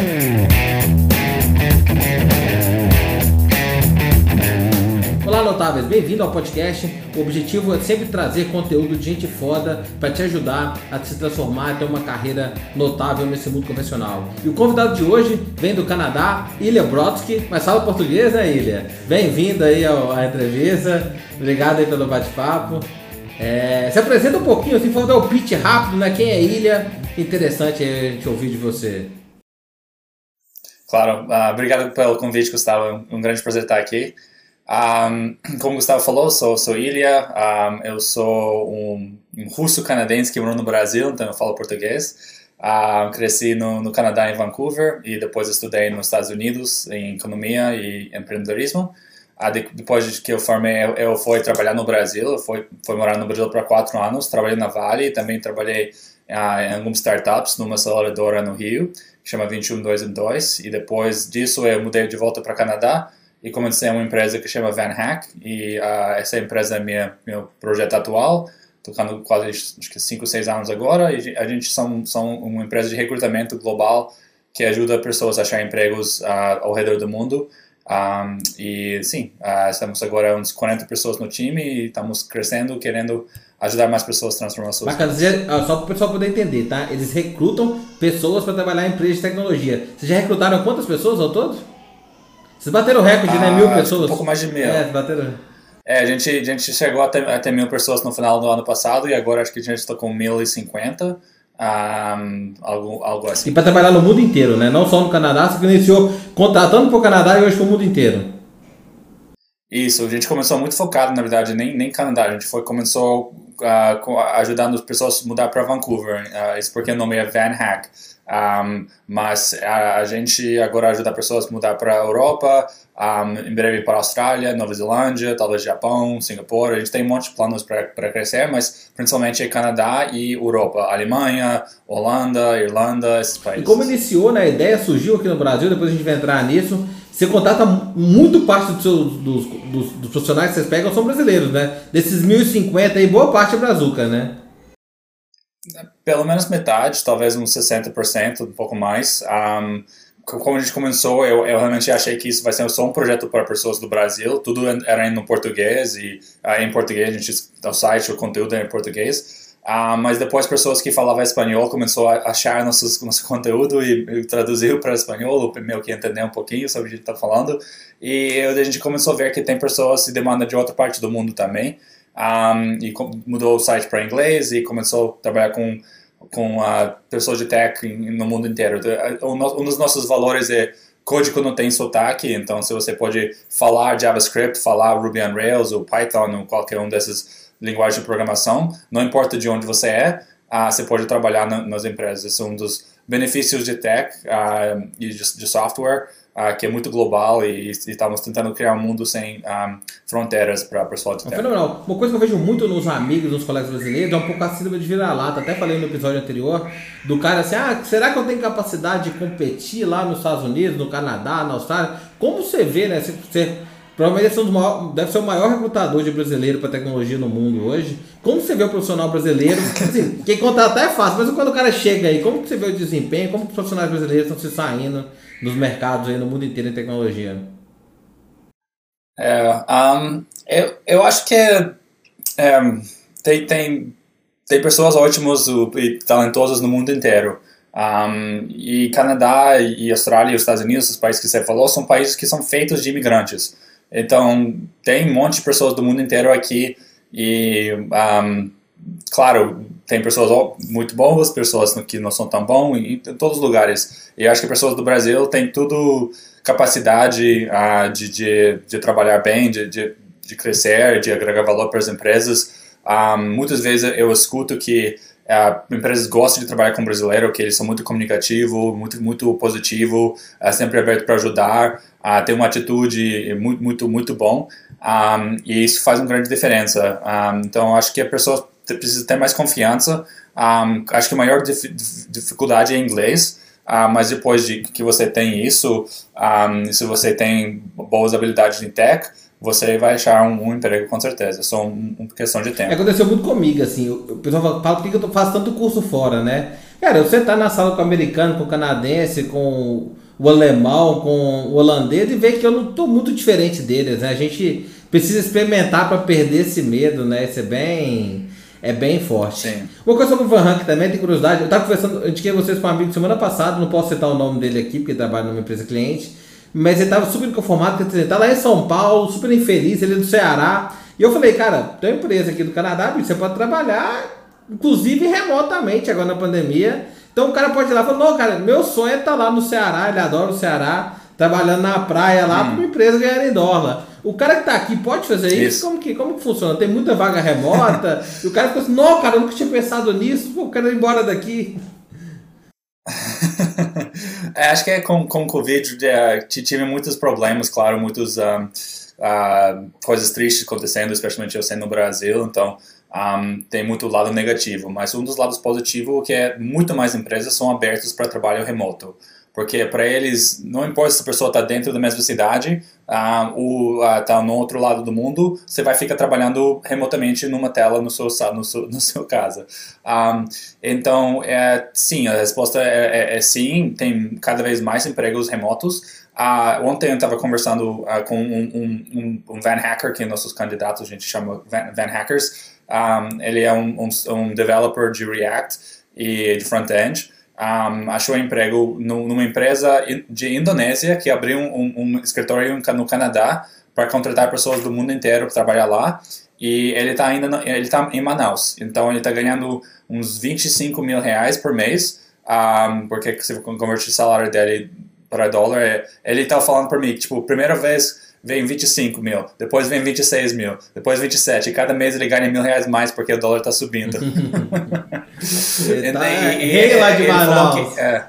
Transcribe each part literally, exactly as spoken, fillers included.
Olá, notáveis, bem-vindo ao podcast. O objetivo é sempre trazer conteúdo de gente foda para te ajudar a se transformar e ter uma carreira notável nesse mundo convencional. E o convidado de hoje vem do Canadá, Ilya Brodsky, mas fala português, né, Ilya? Bem-vindo aí à entrevista, obrigado aí pelo bate-papo. É, se apresenta um pouquinho, assim, for dar o pitch rápido, né? Quem é Ilya? Interessante a gente ouvir de você. Claro, uh, obrigado pelo convite, Gustavo. Um grande prazer estar aqui. Um, como o Gustavo falou, sou, sou Ilya, um, eu sou um, um russo-canadense que morou no Brasil, então eu falo português. Um, cresci no, no Canadá, em Vancouver, e depois estudei nos Estados Unidos em economia e empreendedorismo. Uh, de, depois que eu formei, eu, eu fui trabalhar no Brasil, eu fui, fui morar no Brasil por quatro anos, trabalhei na Vale, também trabalhei uh, em algumas startups, numa aceleradora no Rio, que chama vinte e um dois um dois, e depois disso eu mudei de volta para o Canadá, e comecei uma empresa que chama VanHack, e uh, essa empresa é minha, meu projeto atual, tocando quase acho que cinco, seis anos agora, e a gente são, são uma empresa de recrutamento global que ajuda pessoas a achar empregos uh, ao redor do mundo. Um, e sim, uh, estamos agora uns quarenta pessoas no time e estamos crescendo, querendo ajudar mais pessoas a transformar suas vidas. Bacana, só para o pessoal poder entender, tá? Eles recrutam pessoas para trabalhar em empresas de tecnologia. Vocês já recrutaram quantas pessoas ao todo? Vocês bateram o recorde, ah, né? Mil pessoas. Um pouco mais de mil. É, bateram. É, a gente, a gente chegou até, até mil pessoas no final do ano passado e agora acho que a gente está com mil e cinquenta, um, algo, algo assim. E para trabalhar no mundo inteiro, né? Não só no Canadá, você iniciou contratando para o Canadá e hoje para o mundo inteiro. Isso, a gente começou muito focado, na verdade, nem, nem Canadá, a gente foi, começou uh, ajudando as pessoas a mudar para Vancouver, uh, isso porque o nome é VanHack. Um, mas a, a gente agora ajuda pessoas a mudar para a Europa, um, em breve para a Austrália, Nova Zelândia, talvez Japão, Singapura. A gente tem um monte de planos para crescer, mas principalmente Canadá e Europa, Alemanha, Holanda, Irlanda, esses países. E como iniciou, né, a ideia surgiu aqui no Brasil, depois a gente vai entrar nisso. Você contata muito parte dos, seus, dos, dos, dos profissionais que vocês pegam são brasileiros, né? Desses mil e cinquenta aí, boa parte é brazuca, né? Pelo menos metade, talvez uns sessenta por cento, um pouco mais. Um, como a gente começou, eu, eu realmente achei que isso vai ser só um projeto para pessoas do Brasil. Tudo era no português e uh, em português, a gente, o site, o conteúdo é em português. Uh, mas depois pessoas que falavam espanhol começou a achar nossos, nosso conteúdo e, e traduziu para espanhol, meio que entender um pouquinho sobre o que a gente está falando. E a gente começou a ver que tem pessoas que demandam de outra parte do mundo também. Um, e mudou o site para inglês e começou a trabalhar com, com uh, pessoas de tech no mundo inteiro. Um dos nossos valores é código não tem sotaque, então se você pode falar JavaScript, falar Ruby on Rails ou Python ou qualquer um dessas linguagens de programação, não importa de onde você é, uh, você pode trabalhar na, nas empresas. Esse é um dos benefícios de tech uh, e de, de software, Uh, que é muito global e estamos tentando criar um mundo sem um, fronteiras para o pessoal de tech. É fenomenal. Uma coisa que eu vejo muito nos amigos, nos colegas brasileiros, é um pouco a síndrome de vira-lata. Até falei no episódio anterior, do cara assim, ah, será que eu tenho capacidade de competir lá nos Estados Unidos, no Canadá, na Austrália? Como você vê, né? Você, você provavelmente é um maior, deve ser o maior recrutador de brasileiro para tecnologia no mundo hoje. Como você vê o profissional brasileiro? Assim, quem contratar é fácil, mas quando o cara chega aí, como você vê o desempenho? Como os profissionais brasileiros estão se saindo nos mercados aí no mundo inteiro em tecnologia? É, um, eu, eu acho que é, tem, tem, tem pessoas ótimas e talentosas no mundo inteiro. Um, e Canadá e Austrália e os Estados Unidos, os países que você falou, são países que são feitos de imigrantes. Então, tem um monte de pessoas do mundo inteiro aqui e, um, claro, tem pessoas muito boas, pessoas que não são tão bons, em todos os lugares. E eu acho que pessoas do Brasil têm tudo capacidade uh, de, de, de trabalhar bem, de, de, de crescer, de agregar valor para as empresas. Um, muitas vezes eu escuto que uh, empresas gostam de trabalhar com brasileiro, que eles são muito comunicativos, muito, muito positivo, uh, sempre aberto para ajudar, uh, tem uma atitude muito, muito, muito bom. Um, e isso faz uma grande diferença. Um, então, acho que a pessoa precisa ter mais confiança. Um, acho que a maior dif dificuldade é inglês, uh, mas depois de que você tem isso, um, se você tem boas habilidades em tech, você vai achar um, um emprego com certeza. É só um, uma questão de tempo. Aconteceu muito comigo, assim. O pessoal fala, fala por que eu faço tanto curso fora, né? Cara, você tá na sala com o americano, com o canadense, com o alemão, com o holandês e vê que eu não tô muito diferente deles, né? A gente precisa experimentar para perder esse medo, né? Isso é bem, é bem forte. Sim. Uma coisa sobre o Van Rank também, tem curiosidade. Eu tava conversando, eu indiquei vocês com um amigo semana passada, não posso citar o nome dele aqui, porque ele trabalha numa empresa cliente, mas ele tava super inconformado, porque ele tá lá em São Paulo, super infeliz, ele é do Ceará. E eu falei, cara, tem uma empresa aqui do Canadá, você pode trabalhar inclusive remotamente agora na pandemia. Então o cara pode ir lá e falar, não, cara, meu sonho é estar lá no Ceará, ele adora o Ceará, trabalhando na praia lá, hum. para uma empresa ganhar em dólar. O cara que tá aqui pode fazer isso? isso? Como, que, como que funciona? Tem muita vaga remota? E o cara fica assim, não, cara, eu nunca tinha pensado nisso, pô, eu quero ir embora daqui. é, acho que é com, com o Covid uh, tive muitos problemas, claro, muitas um, uh, coisas tristes acontecendo, especialmente eu sendo no Brasil, então Um, tem muito lado negativo, mas um dos lados positivos é que muito mais empresas são abertas para trabalho remoto, porque para eles não importa se a pessoa está dentro da mesma cidade uh, ou está uh, no outro lado do mundo, você vai ficar trabalhando remotamente numa tela no seu, no seu, no seu casa. Um, então, é, sim, a resposta é, é, é sim, tem cada vez mais empregos remotos. Uh, ontem eu estava conversando uh, com um, um, um Van Hacker, que é nossos candidatos a gente chama Van, Van Hackers. Um, ele é um, um, um developer de React e de front-end. Um, achou emprego no, numa empresa de Indonésia que abriu um, um escritório no Canadá para contratar pessoas do mundo inteiro para trabalhar lá. E ele está ainda no, ele tá em Manaus. Então ele está ganhando uns vinte e cinco mil reais por mês, um, porque se converter o salário dele para dólar, ele está falando para mim, tipo, primeira vez vem vinte e cinco mil, depois vem vinte e seis mil, depois vinte e sete, e cada mês ele ganha mil reais mais porque o dólar está subindo. Ele tá rei lá de Manaus. É,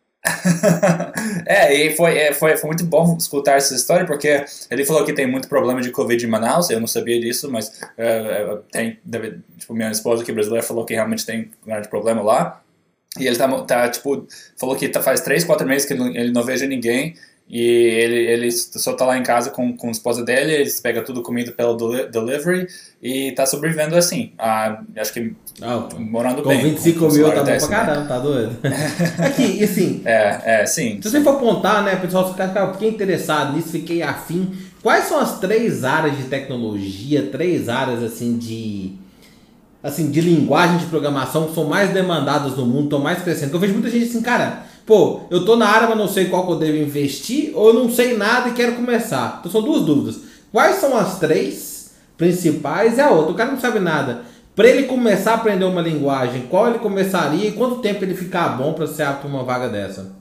é e foi, é, foi, foi muito bom escutar essa história, porque ele falou que tem muito problema de Covid em Manaus, eu não sabia disso, mas uh, tem, deve, tipo, minha esposa que é brasileira falou que realmente tem um grande problema lá. E ele tá, tá tipo, falou que tá, faz três, quatro meses que ele, ele não veja ninguém. E ele, ele só tá lá em casa com, com a esposa dele, eles pegam tudo comida pelo delivery e tá sobrevivendo assim. Ah, acho que ah, morando com bem. Com vinte e cinco mil tá bom pra né? caramba, tá doido? Aqui, e assim... É, é, sim. Se sim. você for apontar, né, pessoal, se eu fiquei interessado nisso, fiquei afim, quais são as três áreas de tecnologia, três áreas, assim, de... assim, de linguagem de programação que são mais demandadas no mundo, estão mais crescendo? Porque eu vejo muita gente assim, cara... Pô, eu tô na área, mas não sei qual que eu devo investir, ou eu não sei nada e quero começar. Então são duas dúvidas. Quais são as três principais e a outra? O cara não sabe nada. Para ele começar a aprender uma linguagem, qual ele começaria e quanto tempo ele ficar bom para ser apto a uma vaga dessa?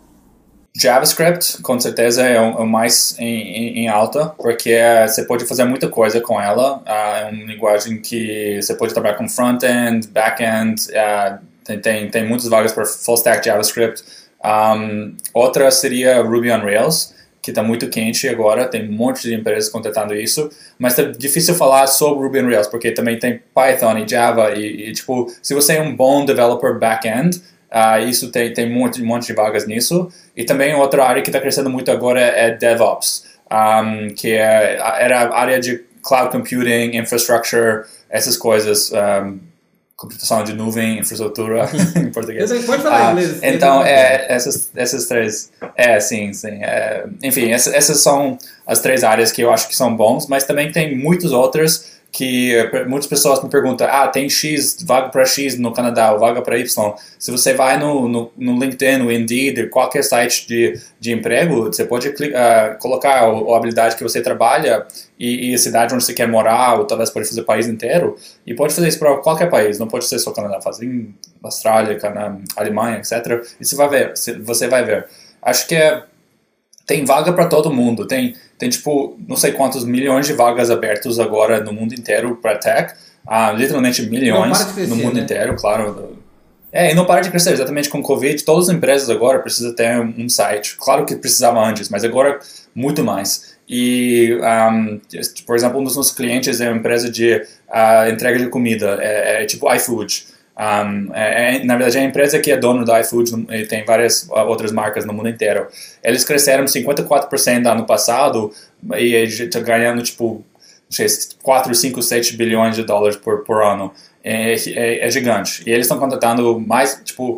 JavaScript, com certeza, é o, é o mais em, em, em alta, porque você pode fazer muita coisa com ela. Uh, é uma linguagem que você pode trabalhar com front-end, back-end, uh, tem, tem, tem muitas vagas para full stack JavaScript. Um, outra seria Ruby on Rails, que está muito quente agora, tem um monte de empresas contratando isso, mas é difícil falar sobre Ruby on Rails, porque também tem Python e Java, e, e tipo, se você é um bom developer back-end, uh, isso tem, tem um monte, um monte de vagas nisso. E também outra área que está crescendo muito agora é DevOps, um, que é, era a área de cloud computing, infrastructure, essas coisas, um, computação de nuvem, infraestrutura, em português. Pode falar uh, inglês. Então, é, essas, essas três... É, sim, sim. É, enfim, essas, essas são as três áreas que eu acho que são bons, mas também tem muitas outras que muitas pessoas me perguntam, ah, tem X, vaga para X no Canadá, ou vaga para Y. Se você vai no, no, no LinkedIn, no Indeed, qualquer site de, de emprego, você pode uh, colocar a, a habilidade que você trabalha e, e a cidade onde você quer morar, ou talvez pode fazer o país inteiro, e pode fazer isso para qualquer país, não pode ser só Canadá, fazer em Austrália, Canadá, Alemanha, etcétera. E você vai ver, você vai ver. Acho que é, tem vaga para todo mundo, tem... Tem, tipo, não sei quantos milhões de vagas abertas agora no mundo inteiro para tech. Ah, literalmente milhões crescer, no mundo né? inteiro, claro. É, e não para de crescer. Exatamente com o Covid, todas as empresas agora precisam ter um site. Claro que precisava antes, mas agora muito mais. E, um, por exemplo, um dos nossos clientes é uma empresa de uh, entrega de comida. É, é tipo iFood. Um, é, é, na verdade, é a empresa que é dono do iFood e tem várias outras marcas no mundo inteiro. Eles cresceram cinquenta e quatro por cento ano passado e estão ganhando tipo quatro, cinco, sete bilhões de dólares por, por ano. É, é, é gigante. E eles estão contratando mais, tipo,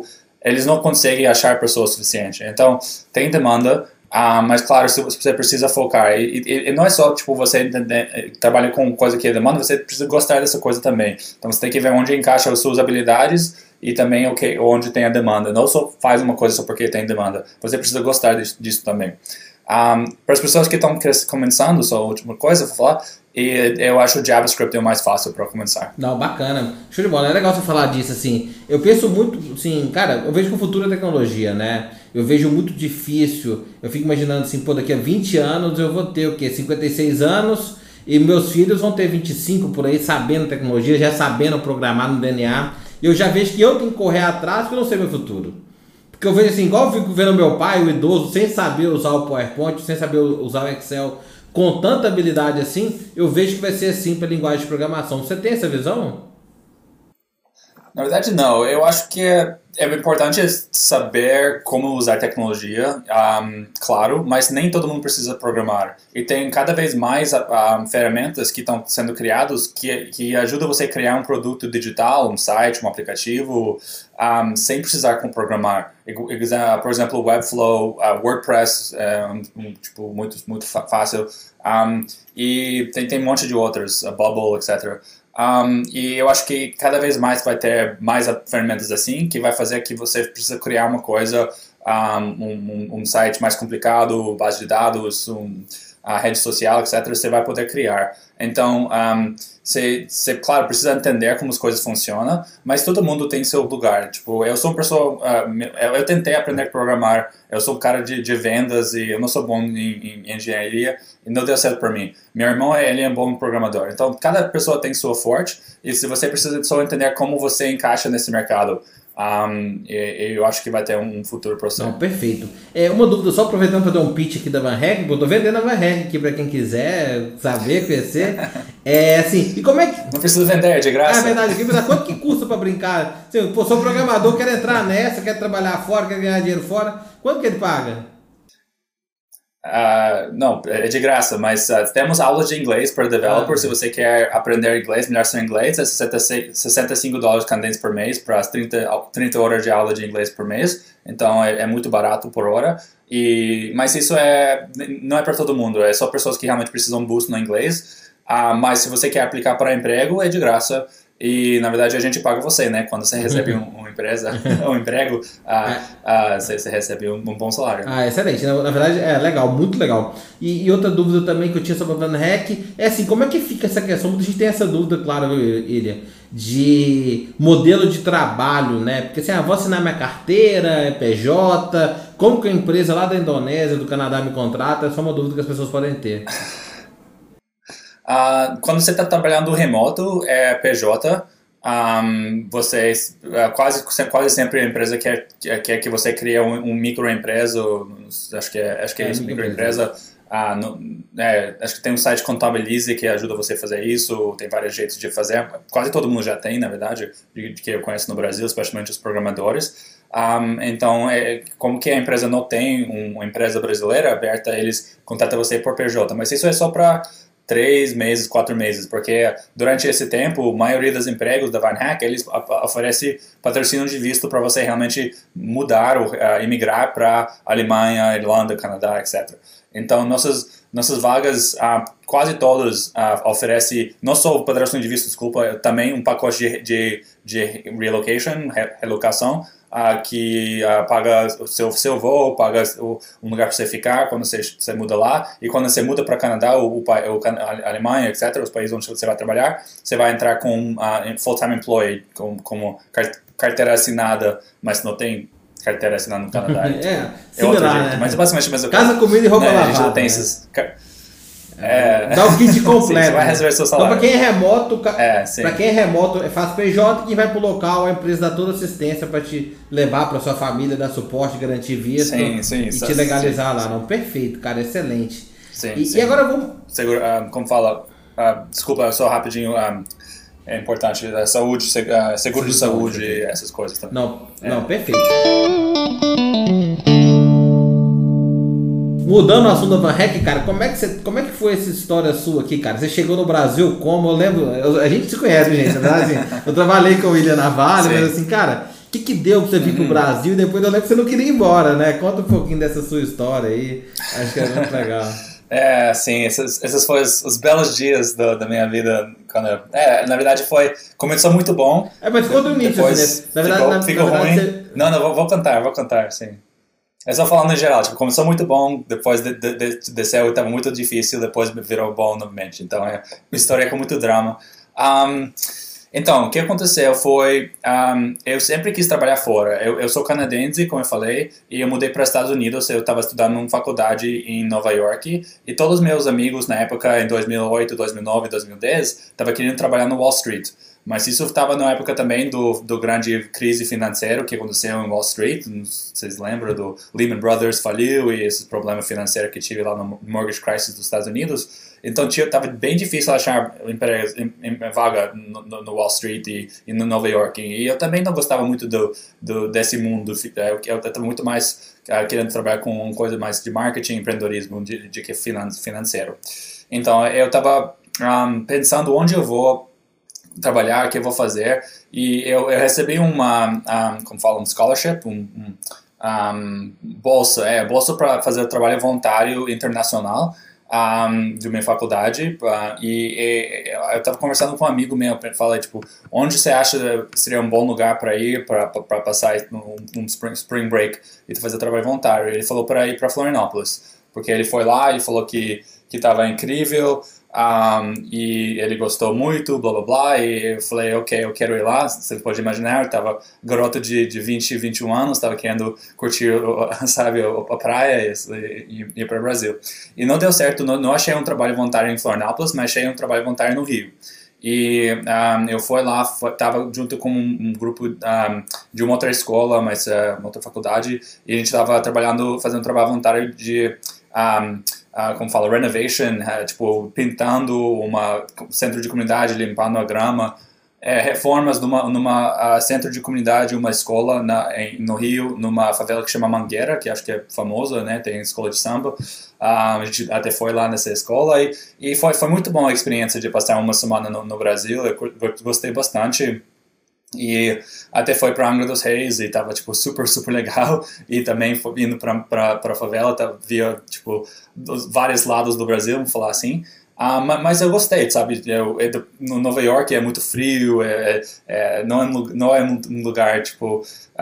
eles não conseguem achar pessoas suficientes. Então, tem demanda, uh, mas claro, se você precisa focar. E, e, e não é só, tipo, você entender, trabalhar com coisa que é demanda, você precisa gostar dessa coisa também. Então, você tem que ver onde encaixa as suas habilidades e também okay, onde tem a demanda. Não só faz uma coisa só porque tem demanda. Você precisa gostar disso, disso também. Um, para as pessoas que estão começando, só a última coisa, vou falar, e eu acho o JavaScript é o mais fácil para começar. Não, bacana. Show de bola. É legal você falar disso, assim. Eu penso muito, assim, cara, eu vejo que o futuro é tecnologia, né? Eu vejo muito difícil. Eu fico imaginando assim, pô, daqui a vinte anos eu vou ter o quê? cinquenta e seis anos e meus filhos vão ter vinte e cinco por aí, sabendo tecnologia, já sabendo programar no D N A. Eu já vejo que eu tenho que correr atrás porque eu não sei meu futuro. Porque eu vejo assim, igual eu fico vendo meu pai, o idoso, sem saber usar o PowerPoint, sem saber usar o Excel, com tanta habilidade assim, eu vejo que vai ser assim para a linguagem de programação. Você tem essa visão? Na verdade, não. Eu acho que é, é importante saber como usar tecnologia, um, claro, mas nem todo mundo precisa programar. E tem cada vez mais um, ferramentas que estão sendo criadas que, que ajudam você a criar um produto digital, um site, um aplicativo, um, sem precisar programar. Por exemplo, Webflow, uh, WordPress, um, tipo, muito, muito fácil. Um, e tem, tem um monte de outros, uh, Bubble, etcétera. Um, e eu acho que cada vez mais vai ter mais ferramentas assim, que vai fazer que você precisa criar uma coisa, um, um, um site mais complicado, base de dados, um, a rede social, etcétera, você vai poder criar. Então, um, você, você, claro, precisa entender como as coisas funcionam, mas todo mundo tem seu lugar. Tipo, eu sou uma pessoa, uh, eu tentei aprender a programar, eu sou um cara de, de vendas e eu não sou bom em, em engenharia e não deu certo para mim. Meu irmão, ele é um bom programador. Então, cada pessoa tem sua forte e se você precisa só entender como você encaixa nesse mercado, Um, e, eu acho que vai ter um futuro próximo. Não, perfeito. É, uma dúvida, só aproveitando para dar um pitch aqui da Van Herk, eu tô vendendo a Van Herk aqui para quem quiser saber, conhecer. É assim, e como é que... Não precisa vender, é de graça. Ah, é verdade, aqui, quanto que custa para brincar? Assim, pô, sou programador, quero entrar nessa, quero trabalhar fora, quero ganhar dinheiro fora, quanto que ele paga? Uh, não, é de graça, mas uh, temos aulas de inglês para developer. Ah, se você quer aprender inglês, melhor seu inglês, é sessenta e cinco dólares canadenses por mês para as trinta, trinta horas de aula de inglês por mês. Então é, é muito barato por hora. E, mas isso é, não é para todo mundo, é só pessoas que realmente precisam um boost no inglês. Uh, mas se você quer aplicar para emprego, é de graça. E, na verdade, a gente paga você, né? Quando você recebe um, uma empresa, um emprego, uh, uh, você, você recebe um, um bom salário. Ah, excelente. Na, na verdade, é legal, muito legal. E, e outra dúvida também que eu tinha sobre a Van Herk é assim, como é que fica essa questão? Muita gente tem essa dúvida, claro, Ilha, de modelo de trabalho, né? Porque assim, ah, vou assinar minha carteira, é P J, como que a empresa lá da Indonésia, do Canadá me contrata? É só uma dúvida que as pessoas podem ter. Uh, quando você está trabalhando remoto, é P J, um, você, uh, quase, quase sempre a empresa quer, quer que você crie um, um microempresa, acho que é, acho que é, é isso, microempresa. Uh, no, é, acho que tem um site Contabilize que ajuda você a fazer isso, tem vários jeitos de fazer, quase todo mundo já tem, na verdade, de, de que eu conheço no Brasil, especialmente os programadores. Um, então, é, como que a empresa não tem uma empresa brasileira aberta, eles contratam você por P J, mas isso é só para três meses, quatro meses, porque durante esse tempo, a maioria dos empregos da Van Herk, eles oferecem patrocínio de visto para você realmente mudar ou uh, imigrar para Alemanha, Irlanda, Canadá, etcétera. Então, nossas, nossas vagas, uh, quase todas uh, oferecem, não só o patrocínio de visto, desculpa, também um pacote de, de, de relocation, re, relocação, Uh, que uh, paga o seu, seu voo, paga o, um lugar para você ficar quando você, você muda lá, e quando você muda para Canadá ou, ou a Alemanha, etcétera, os países onde você vai trabalhar, você vai entrar com uh, full-time employee, com, como carteira assinada, mas não tem carteira assinada no Canadá. é, é outro jeito, né? Mas basicamente mesmo. Casa, comida e roupa né, lavada. A gente não tem esses... É, dá o kit completo. Sim, você vai receber seu salário. Então, para quem é remoto, é, para quem é remoto, faz P J, quem vai pro local, a empresa dá toda assistência para te levar para sua família, dar suporte, garantir visto sim, sim, e isso, te legalizar sim, lá. sim. Não, perfeito, cara, excelente. Sim, e, sim. e agora vamos. Seguro, uh, como fala, uh, desculpa, só rapidinho. Um, é importante, uh, saúde, seg uh, seguro de saúde, saúde essas coisas também. Não, é. não, perfeito. Mudando o assunto da Van Herk, cara, como é, que você, como é que foi essa história sua aqui, cara? Você chegou no Brasil como? Eu lembro, eu, a gente se conhece, gente, na verdade, assim, eu trabalhei com o William Navalha, mas assim, cara, que que deu pra você vir pro Uhum. Brasil e depois eu lembro que você não queria ir embora, né? Conta um pouquinho dessa sua história aí. Acho que é muito legal. É, sim, esses, esses foram os, os belos dias do, da minha vida. Quando eu, é, na verdade foi. Começou muito bom. É, mas conta o início, assim, Depois né? Na verdade, ficou, na, na ficou verdade ruim. você... Não, não, vou, vou contar, vou contar, sim. É só falando em geral, tipo, começou muito bom, depois de, de, de, desceu e estava muito difícil, depois virou bom novamente. Então é uma história com muito drama. Um, então, o que aconteceu foi, um, eu sempre quis trabalhar fora. Eu, eu sou canadense, como eu falei, e eu mudei para os Estados Unidos. Eu estava estudando em faculdade em Nova York, e todos os meus amigos na época, em dois mil e oito, dois mil e nove, dois mil e dez, estavam querendo trabalhar no Wall Street. Mas isso estava na época também do, do grande crise financeira que aconteceu em Wall Street. Não sei se vocês lembram do Lehman Brothers faliu e esse problema financeiro que tive lá no Mortgage Crisis dos Estados Unidos. Então estava bem difícil achar empregos, em, em, vaga no, no Wall Street e, e no Nova York. E eu também não gostava muito do, do, desse mundo. Eu estava muito mais uh, querendo trabalhar com coisa mais de marketing e empreendedorismo de, de que finan, financeiro. Então eu estava um, pensando onde eu vou trabalhar, o que eu vou fazer, e eu, eu recebi uma, um, como fala, um scholarship, um, um, um bolsa, é, bolsa para fazer trabalho voluntário internacional um, de minha faculdade, uh, e, e eu estava conversando com um amigo meu, falei, tipo, onde você acha seria um bom lugar para ir, para passar um, um spring, spring break e fazer trabalho voluntário? Ele falou para ir para Florianópolis, porque ele foi lá, ele falou que que estava incrível, um, e ele gostou muito, blá blá blá, e eu falei, ok, eu quero ir lá. Você pode imaginar, eu estava garoto de, de vinte, vinte e um anos, estava querendo curtir, sabe, a praia e ir para o Brasil. E não deu certo, não, não achei um trabalho voluntário em Florianópolis, mas achei um trabalho voluntário no Rio. E um, eu fui lá, estava junto com um, um grupo um, de uma outra escola, mas uh, uma outra faculdade, e a gente estava trabalhando, fazendo um trabalho voluntário de... Um, Uh, como fala, renovation, uh, tipo, pintando uma centro de comunidade, limpando a grama, é, reformas numa, numa uh, centro de comunidade, uma escola na, em, no Rio, numa favela que chama Mangueira, que acho que é famosa, né, tem escola de samba. Uh, a gente até foi lá nessa escola e, e foi, foi muito boa a experiência de passar uma semana no, no Brasil. Eu gostei bastante. E até foi para Angra dos Reis e tava, tipo, super, super legal. E também foi indo para para favela, tá, via, tipo, dos vários lados do Brasil, vamos falar assim. Ah, mas eu gostei, sabe? Eu, eu, no Nova York é muito frio, é, é, não, é, não é um lugar, tipo,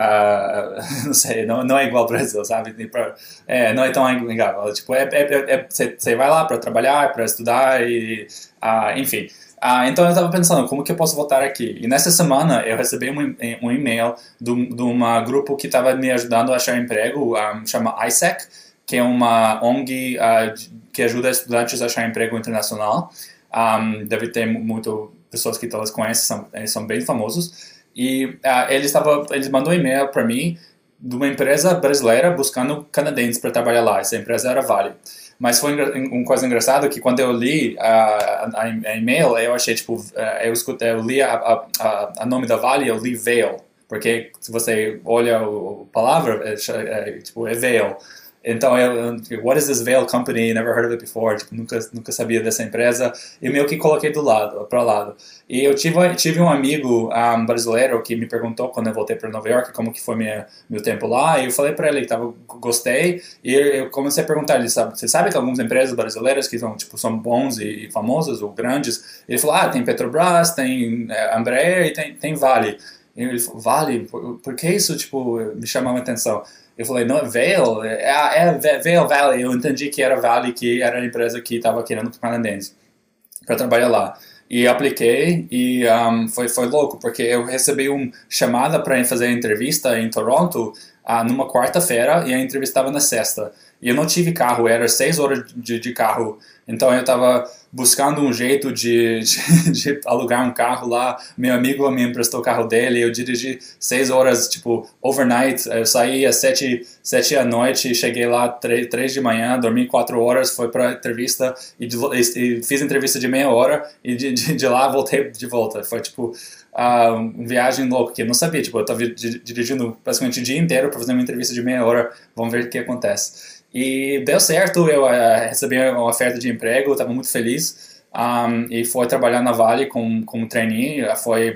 uh, não sei, não, não é igual ao Brasil, sabe? Pra, é, não é tão legal. Tipo, é, é, você é, vai lá para trabalhar, para estudar e, uh, enfim. Ah, então eu estava pensando, como que eu posso voltar aqui? E nessa semana eu recebi um, um e-mail de um grupo que estava me ajudando a achar emprego, um, chama I S E C, que é uma O N G uh, que ajuda estudantes a achar emprego internacional. Um, deve ter muito pessoas que todas conhecem, são, eles são bem famosos. E uh, eles, tava, eles mandou um e-mail para mim de uma empresa brasileira buscando canadenses para trabalhar lá. Essa empresa era Vale. Mas foi uma coisa engraçada que quando eu li a, a, a e-mail, eu achei, tipo, eu, escutei, eu li a, a, a nome da Vale, eu li Vail, porque se você olha a palavra, é, é, tipo, é Vail. Então, eu, what is this Vail company? Never heard of it before. Tipo, nunca, nunca sabia dessa empresa. E meio que coloquei do lado, para lado. E eu tive, tive um amigo um, brasileiro que me perguntou quando eu voltei para Nova York como que foi minha, meu tempo lá. E eu falei para ele que tava, gostei. E eu comecei a perguntar ele, sabe, você sabe que algumas empresas brasileiras que são, tipo, são bons e, e famosas ou grandes? Ele falou, ah, tem Petrobras, tem é, Embraer e tem, tem Vale. E ele falou, Vale? Por, por que isso, tipo, me chamou a atenção? Eu falei, não, é Vail? É, é Vail Valley. Eu entendi que era Vale, que era a empresa que estava querendo canadense para trabalhar lá. E apliquei e um, foi, foi louco, porque eu recebi uma chamada para fazer a entrevista em Toronto uh, numa quarta-feira e a entrevista estava na sexta. E eu não tive carro, era seis horas de, de carro. Então eu estava buscando um jeito de, de, de alugar um carro lá. Meu amigo me emprestou o carro dele. Eu dirigi seis horas, tipo, overnight. Eu saí às sete, sete da noite, cheguei lá três, três de manhã, dormi quatro horas, fui para a entrevista e, de, e, e fiz a entrevista de meia hora e de, de, de lá voltei de volta. Foi tipo uh, uma viagem louca que eu não sabia. Tipo, eu estava dirigindo basicamente o dia inteiro para fazer uma entrevista de meia hora. Vamos ver o que acontece. E deu certo, eu uh, recebi uma oferta de emprego, estava muito feliz um, e foi trabalhar na Vale como, como trainee. Foi,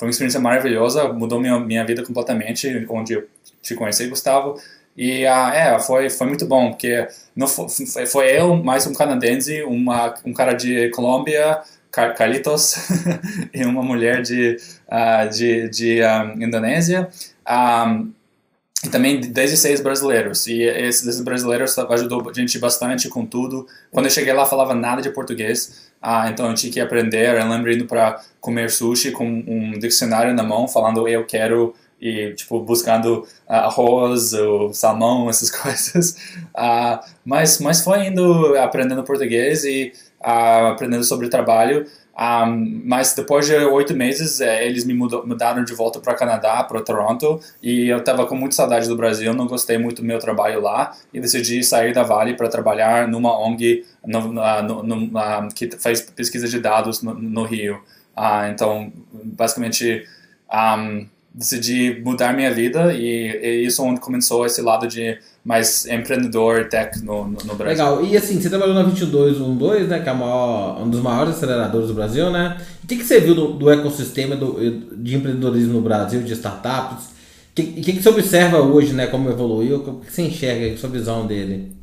foi uma experiência maravilhosa, mudou minha, minha vida completamente, onde eu te conheci, Gustavo. E uh, é, foi, foi muito bom, porque não foi, foi eu, mais um canadense, uma, um cara de Colômbia, Car Carlitos, e uma mulher de, uh, de, de um, Indonésia. Um, E também dezesseis brasileiros. E esses brasileiros ajudou a gente bastante com tudo. Quando eu cheguei lá, falava nada de português. Ah, então eu tinha que aprender. Eu lembro indo para comer sushi com um dicionário na mão, falando eu quero, e tipo, buscando ah, arroz, ou salmão, essas coisas. Ah, mas, mas foi indo aprendendo português e ah, aprendendo sobre trabalho. Um, mas depois de oito meses, eh, eles me mudou, mudaram de volta para o Canadá, para Toronto, e eu estava com muita saudade do Brasil, não gostei muito do meu trabalho lá, e decidi sair da Vale para trabalhar numa O N G no, no, no, no, que faz pesquisa de dados no, no Rio. Uh, então, basicamente, um, decidi mudar minha vida, e, e isso é onde começou esse lado de mais empreendedor tech no, no, no Brasil. Legal. E assim, você trabalhou na vinte e dois doze, né, que é maior, um dos maiores aceleradores do Brasil, né? O que, que você viu do, do ecossistema do, de empreendedorismo no Brasil, de startups? O que, que, que você observa hoje, né, como evoluiu? O que você enxerga, a sua visão dele?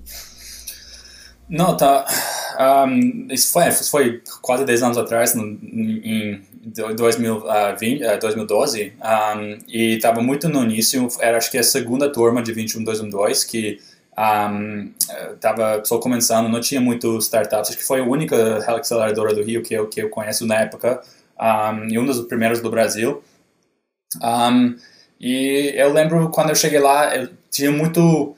Não, tá. Um, isso foi, foi quase dez anos atrás, no, em dois mil e vinte, dois mil e doze, um, e estava muito no início. Era, acho que a segunda turma de vinte e um dois mil e dois, que estava um, só começando, não tinha muito startups. Acho que foi a única aceleradora do Rio que eu, que eu conheço na época, um, e um dos primeiros do Brasil. Um, e eu lembro quando eu cheguei lá, eu tinha muito.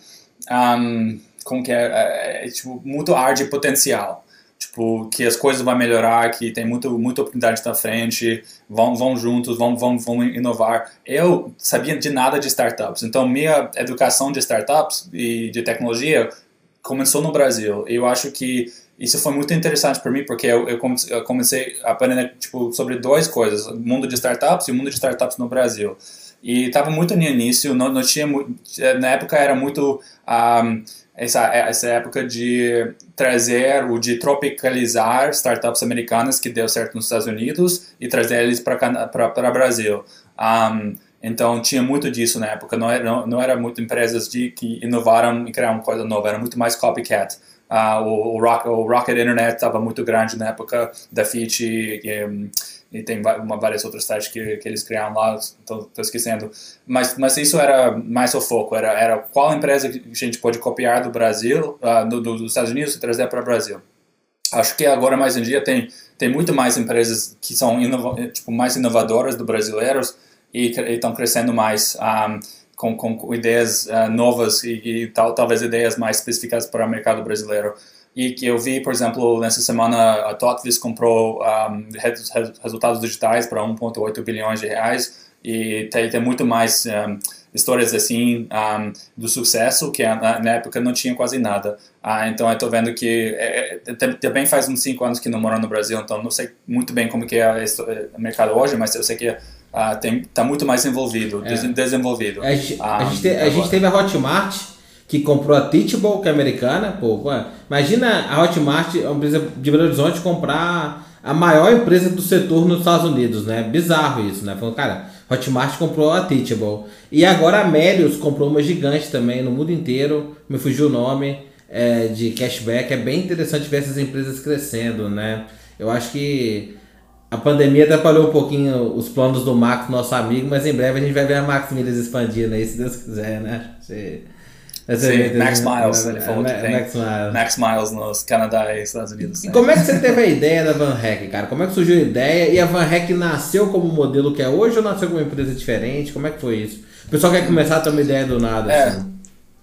Um, como que é, é, é tipo, muito ar de potencial, tipo, que as coisas vão melhorar, que tem muito, muita oportunidade na frente, vão, vão juntos, vão, vão, vão inovar. Eu sabia de nada de startups, então minha educação de startups e de tecnologia começou no Brasil. Eu acho que isso foi muito interessante para mim, porque eu, eu comecei a aprender tipo, sobre duas coisas, o mundo de startups e o mundo de startups no Brasil. E estava muito no início, não, não tinha, na época era muito... Um, Essa, essa época de trazer, o de tropicalizar startups americanas que deu certo nos Estados Unidos e trazer eles para o Brasil. Um, então, tinha muito disso na época. Não era, não, não era muito empresas de, que inovaram e criaram uma coisa nova. Era muito mais copycat. Uh, o, o, Rock, o Rocket Internet estava muito grande na época da F I T e, e tem uma, várias outras sites que, que eles criaram lá, estou esquecendo. Mas, mas isso era mais o foco, era, era qual empresa que a gente pode copiar do Brasil, uh, do, do, dos Estados Unidos e trazer para o Brasil. Acho que agora, mais em dia, tem, tem muito mais empresas que são inova, tipo, mais inovadoras do brasileiros e estão crescendo mais um, com, com ideias uh, novas e, e tal, talvez ideias mais específicas para o mercado brasileiro. E que eu vi, por exemplo, nessa semana a Totvis comprou um, res, resultados digitais para um vírgula oito bilhões de reais e tem, tem muito mais um, histórias assim um, do sucesso que na, na época não tinha quase nada. Uh, então eu estou vendo que é, é, também faz uns cinco anos que não moro no Brasil, então não sei muito bem como que é o mercado hoje, mas eu sei que uh, tem, tá muito mais envolvido, é. desenvolvido. A gente, um, a, gente te, a gente teve a Hotmart, que comprou a Teachable, que é americana. Pô, pô, imagina a Hotmart, a empresa de Belo Horizonte, comprar a maior empresa do setor nos Estados Unidos, né? Bizarro isso, né? Falando, cara, Hotmart comprou a Teachable. E agora a Melius comprou uma gigante também no mundo inteiro, me fugiu o nome, é, de cashback. É bem interessante ver essas empresas crescendo, né? Eu acho que a pandemia atrapalhou um pouquinho os planos do Max, nosso amigo, mas em breve a gente vai ver a Max Milhas expandindo aí, se Deus quiser, né? Você... Sim, Max Miles, ele falou é, que tem Max Miles. Max Miles nos Canadá e Estados Unidos. E né? Como é que você teve a ideia da VanHack, cara? Como é que surgiu a ideia? E a VanHack nasceu como o modelo que é hoje ou nasceu como uma empresa diferente? Como é que foi isso? O pessoal quer começar a ter uma ideia do nada, é. assim.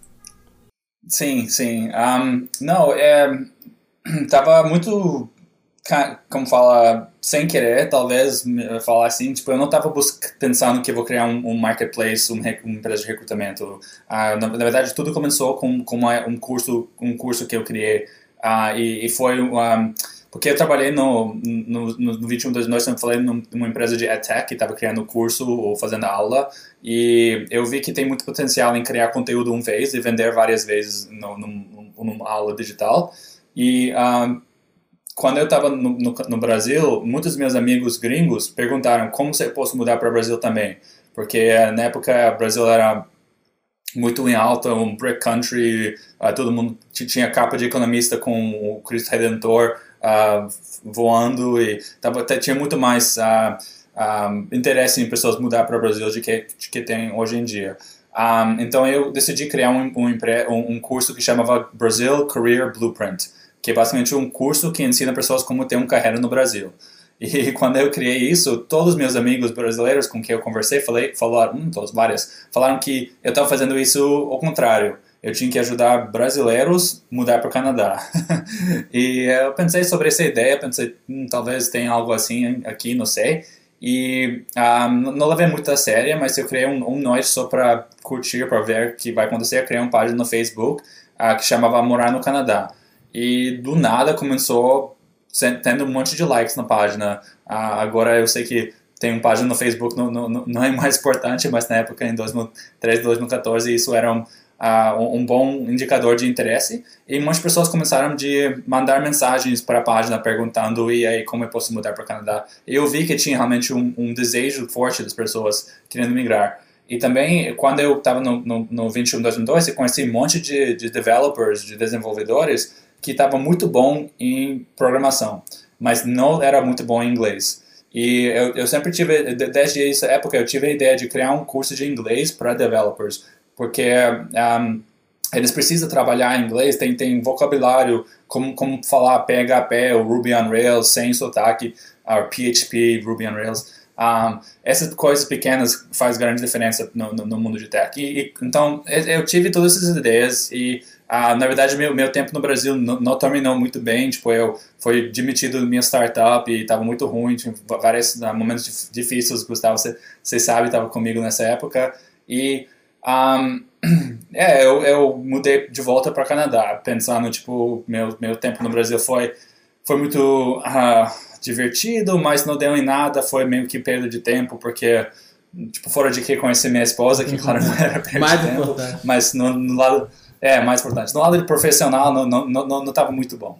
Sim, sim. Um, não, é, tava muito, como fala, sem querer, talvez falar assim, tipo, eu não estava pensando que eu vou criar um, um marketplace, um, uma empresa de recrutamento. Uh, na, na verdade, tudo começou com, com uma, um curso, um curso que eu criei uh, e, e foi um, porque eu trabalhei no, no, no vinte e um dois nós eu falei numa empresa de edtech que estava criando curso ou fazendo aula e eu vi que tem muito potencial em criar conteúdo uma vez e vender várias vezes no, num, numa aula digital e um, quando eu estava no, no, no Brasil, muitos dos meus amigos gringos perguntaram como eu posso mudar para o Brasil também. Porque na época o Brasil era muito em alta, um brick country, uh, todo mundo tinha capa de economista com o Cristo Redentor uh, voando e tava, tinha muito mais uh, um, interesse em pessoas mudar para o Brasil do que, de que tem hoje em dia. Um, então eu decidi criar um, um, um, um curso que chamava Brazil Career Blueprint, que é basicamente um curso que ensina pessoas como ter uma carreira no Brasil. E quando eu criei isso, todos os meus amigos brasileiros com quem eu conversei, falei, falaram, hum, todos, vários, falaram que eu estava fazendo isso ao contrário. Eu tinha que ajudar brasileiros a mudar para o Canadá. E eu pensei sobre essa ideia, pensei, hum, talvez tenha algo assim aqui, não sei. E um, não levei muito a sério, mas eu criei um, um noite só para curtir, para ver o que vai acontecer. Eu criei uma página no Facebook uh, que chamava Morar no Canadá. E do nada começou tendo um monte de likes na página. Uh, agora eu sei que tem uma página no Facebook, não, não, não é mais importante, mas na época, em dois mil e treze, dois mil e quatorze, isso era um, uh, um bom indicador de interesse. E muitas pessoas começaram a mandar mensagens para a página perguntando, e aí, como eu posso mudar para o Canadá? E eu vi que tinha realmente um, um desejo forte das pessoas querendo migrar. E também, quando eu estava no, no, no vinte e um, dois mil e doze, eu conheci um monte de, de developers, de desenvolvedores, que estava muito bom em programação, mas não era muito bom em inglês. E eu, eu sempre tive, desde essa época, eu tive a ideia de criar um curso de inglês para developers, porque um, eles precisam trabalhar em inglês, tem, tem vocabulário, como, como falar P H P ou Ruby on Rails sem sotaque, ou P H P, Ruby on Rails. Um, essas coisas pequenas faz grande diferença no, no, no mundo de tech. E, e, então, eu tive todas essas ideias e Uh, na verdade, meu, meu tempo no Brasil não, não terminou muito bem. Tipo, eu fui demitido da minha startup e estava muito ruim. Tinha vários uh, momentos difíceis. Gustavo, você, você sabe, estava comigo nessa época. E um, é, eu, eu mudei de volta para o Canadá, pensando, tipo, meu, meu tempo no Brasil foi, foi muito uh, divertido, mas não deu em nada. Foi meio que perda de tempo, porque, tipo, fora de que conheci minha esposa, que, claro, não era perda Mais de tempo. importante. Mas no, no lado... É, mais importante. No lado de profissional, não estava não, não, não muito bom.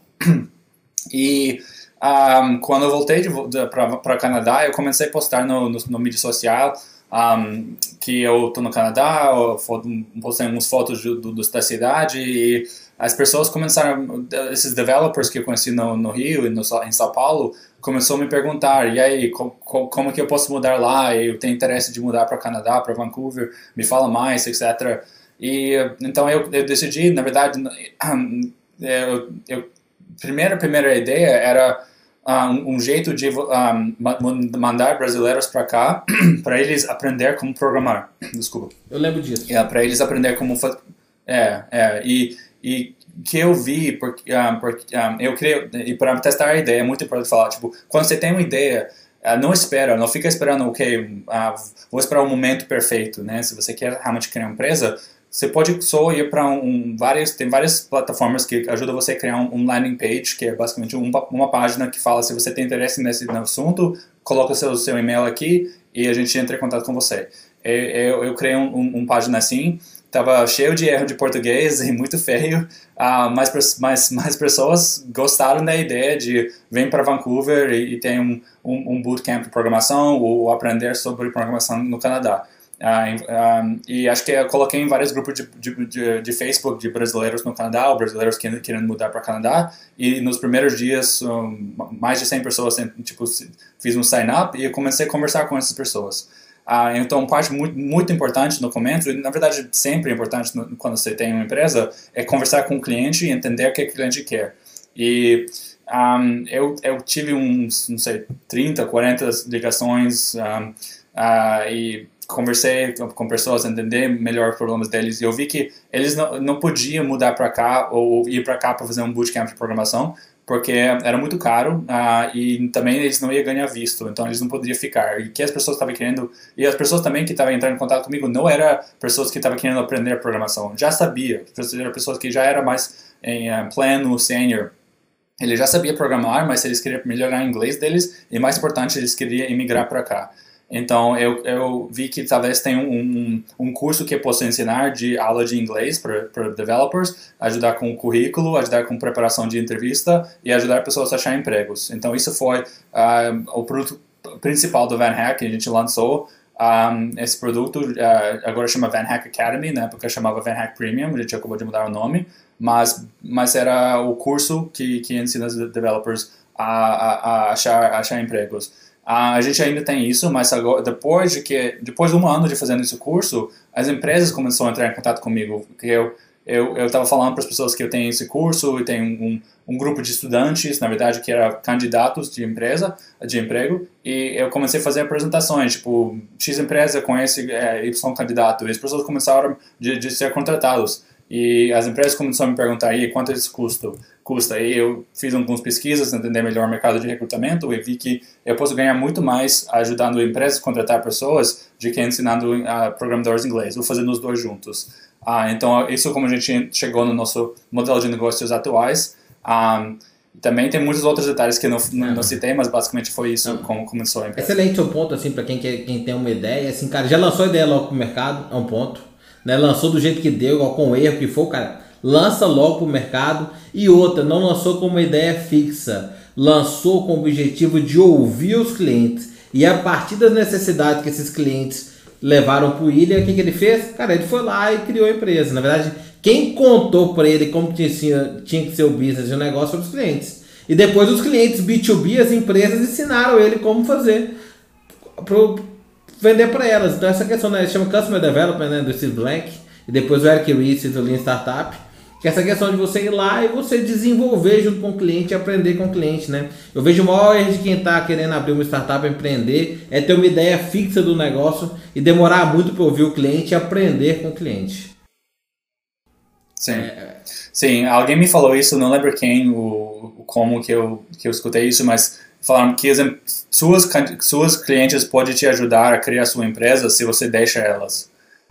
E um, quando eu voltei para o Canadá, eu comecei a postar no, no, no mídia social um, que eu estou no Canadá, eu postei umas fotos do, do, da cidade e as pessoas começaram, esses developers que eu conheci no, no Rio e no, em São Paulo, começou a me perguntar, e aí, como, como que eu posso mudar lá? Eu tenho interesse de mudar para o Canadá, para Vancouver, me fala mais, etcétera. E então eu, eu decidi, na verdade, eu, eu, primeira primeira ideia era um, um jeito de um, mandar brasileiros para cá para eles aprender como programar. Desculpa. Eu lembro disso. É, para eles aprender como fazer. É, é, e e que eu vi porque, um, porque um, eu queria, e para testar a ideia é muito importante falar, tipo, quando você tem uma ideia, Uh, não espera, não fica esperando, ok, uh, vou esperar o momento perfeito, né? Se você quer realmente criar uma empresa, você pode só ir para um, um, várias, tem várias plataformas que ajudam você a criar um, um landing page, que é basicamente um, uma página que fala se você tem interesse nesse assunto, coloca o seu, seu e-mail aqui e a gente entra em contato com você. Eu, eu, eu criei uma um, um página assim, estava cheio de erro de português e muito feio, uh, mas mais, mais pessoas gostaram da ideia de vir para Vancouver e, e ter um, um, um bootcamp de programação ou aprender sobre programação no Canadá. Uh, um, e acho que eu coloquei em vários grupos de, de, de, de Facebook de brasileiros no Canadá, ou brasileiros que, querendo mudar para o Canadá, e nos primeiros dias, um, mais de cem pessoas, tipo, fiz um sign-up e eu comecei a conversar com essas pessoas. Uh, então, parte muito, muito importante no começo, e na verdade sempre importante no, quando você tem uma empresa, é conversar com o cliente e entender o que o cliente quer. E um, eu, eu tive uns, não sei, trinta, quarenta ligações um, uh, e conversei com pessoas, entender melhor os problemas deles, e eu vi que eles não, não podiam mudar para cá ou ir para cá para fazer um bootcamp de programação, porque era muito caro uh, e também eles não iam ganhar visto, então eles não poderiam ficar. E que as pessoas estavam querendo, e as pessoas também que estavam entrando em contato comigo não eram pessoas que estavam querendo aprender programação, já sabia, eram pessoas que já eram mais em uh, pleno, senior. Eles já sabiam programar, mas eles queriam melhorar o inglês deles, e mais importante, eles queriam emigrar para cá. Então, eu, eu vi que talvez tenha um, um, um curso que eu possa ensinar de aula de inglês para developers, ajudar com o currículo, ajudar com preparação de entrevista e ajudar pessoas a achar empregos. Então, isso foi uh, o produto principal do VanHack que a gente lançou. Um, esse produto uh, agora chama VanHack Academy, na época chamava VanHack Premium, a gente acabou de mudar o nome, mas, mas era o curso que, que ensina os developers a, a, a, achar, a achar empregos. Uh, a gente ainda tem isso, mas agora, depois, de que, depois de um ano de fazendo esse curso, as empresas começaram a entrar em contato comigo, porque eu eu estava falando para as pessoas que eu tenho esse curso e tenho um, um grupo de estudantes, na verdade, que eram candidatos de empresa, de emprego, e eu comecei a fazer apresentações, tipo, X empresa conhece é, Y candidato, e as pessoas começaram de, de ser contratados. E as empresas começaram a me perguntar, e quanto isso custa? custa? E eu fiz algumas pesquisas, entender melhor o mercado de recrutamento, e vi que eu posso ganhar muito mais ajudando empresas a contratar pessoas do que ensinando uh, programadores em inglês, ou fazendo os dois juntos. Uh, então, isso é como a gente chegou no nosso modelo de negócios atuais. Um, também tem muitos outros detalhes que eu não, não, não citei, mas basicamente foi isso não. como começou a empresa. Excelente o ponto, assim, para quem, quer, quem tem uma ideia. Assim, cara, já lançou a ideia logo pro mercado, é um ponto. Né? Lançou do jeito que deu, igual com o erro que for, cara, lança logo pro mercado. E outra, não lançou com uma ideia fixa, lançou com o objetivo de ouvir os clientes. E a partir das necessidades que esses clientes levaram pro William, o que, que ele fez? Cara, ele foi lá e criou a empresa. Na verdade, quem contou para ele como tinha, tinha que ser o business e o negócio foram os clientes. E depois os clientes B dois B, as empresas, ensinaram ele como fazer pro vender para elas. Então essa questão, né, chama Customer Development, né, do Steve Blank, e depois o Eric Ries do Lean Startup, que é essa questão de você ir lá e você desenvolver junto com o cliente e aprender com o cliente, né? Eu vejo o maior erro de quem está querendo abrir uma startup, empreender, é ter uma ideia fixa do negócio e demorar muito para ouvir o cliente e aprender com o cliente. Sim, é... Sim, alguém me falou isso, não lembro quem, o, o como que eu, que eu escutei isso, mas falaram que as, suas, suas clientes podem te ajudar a criar sua empresa se você deixa elas.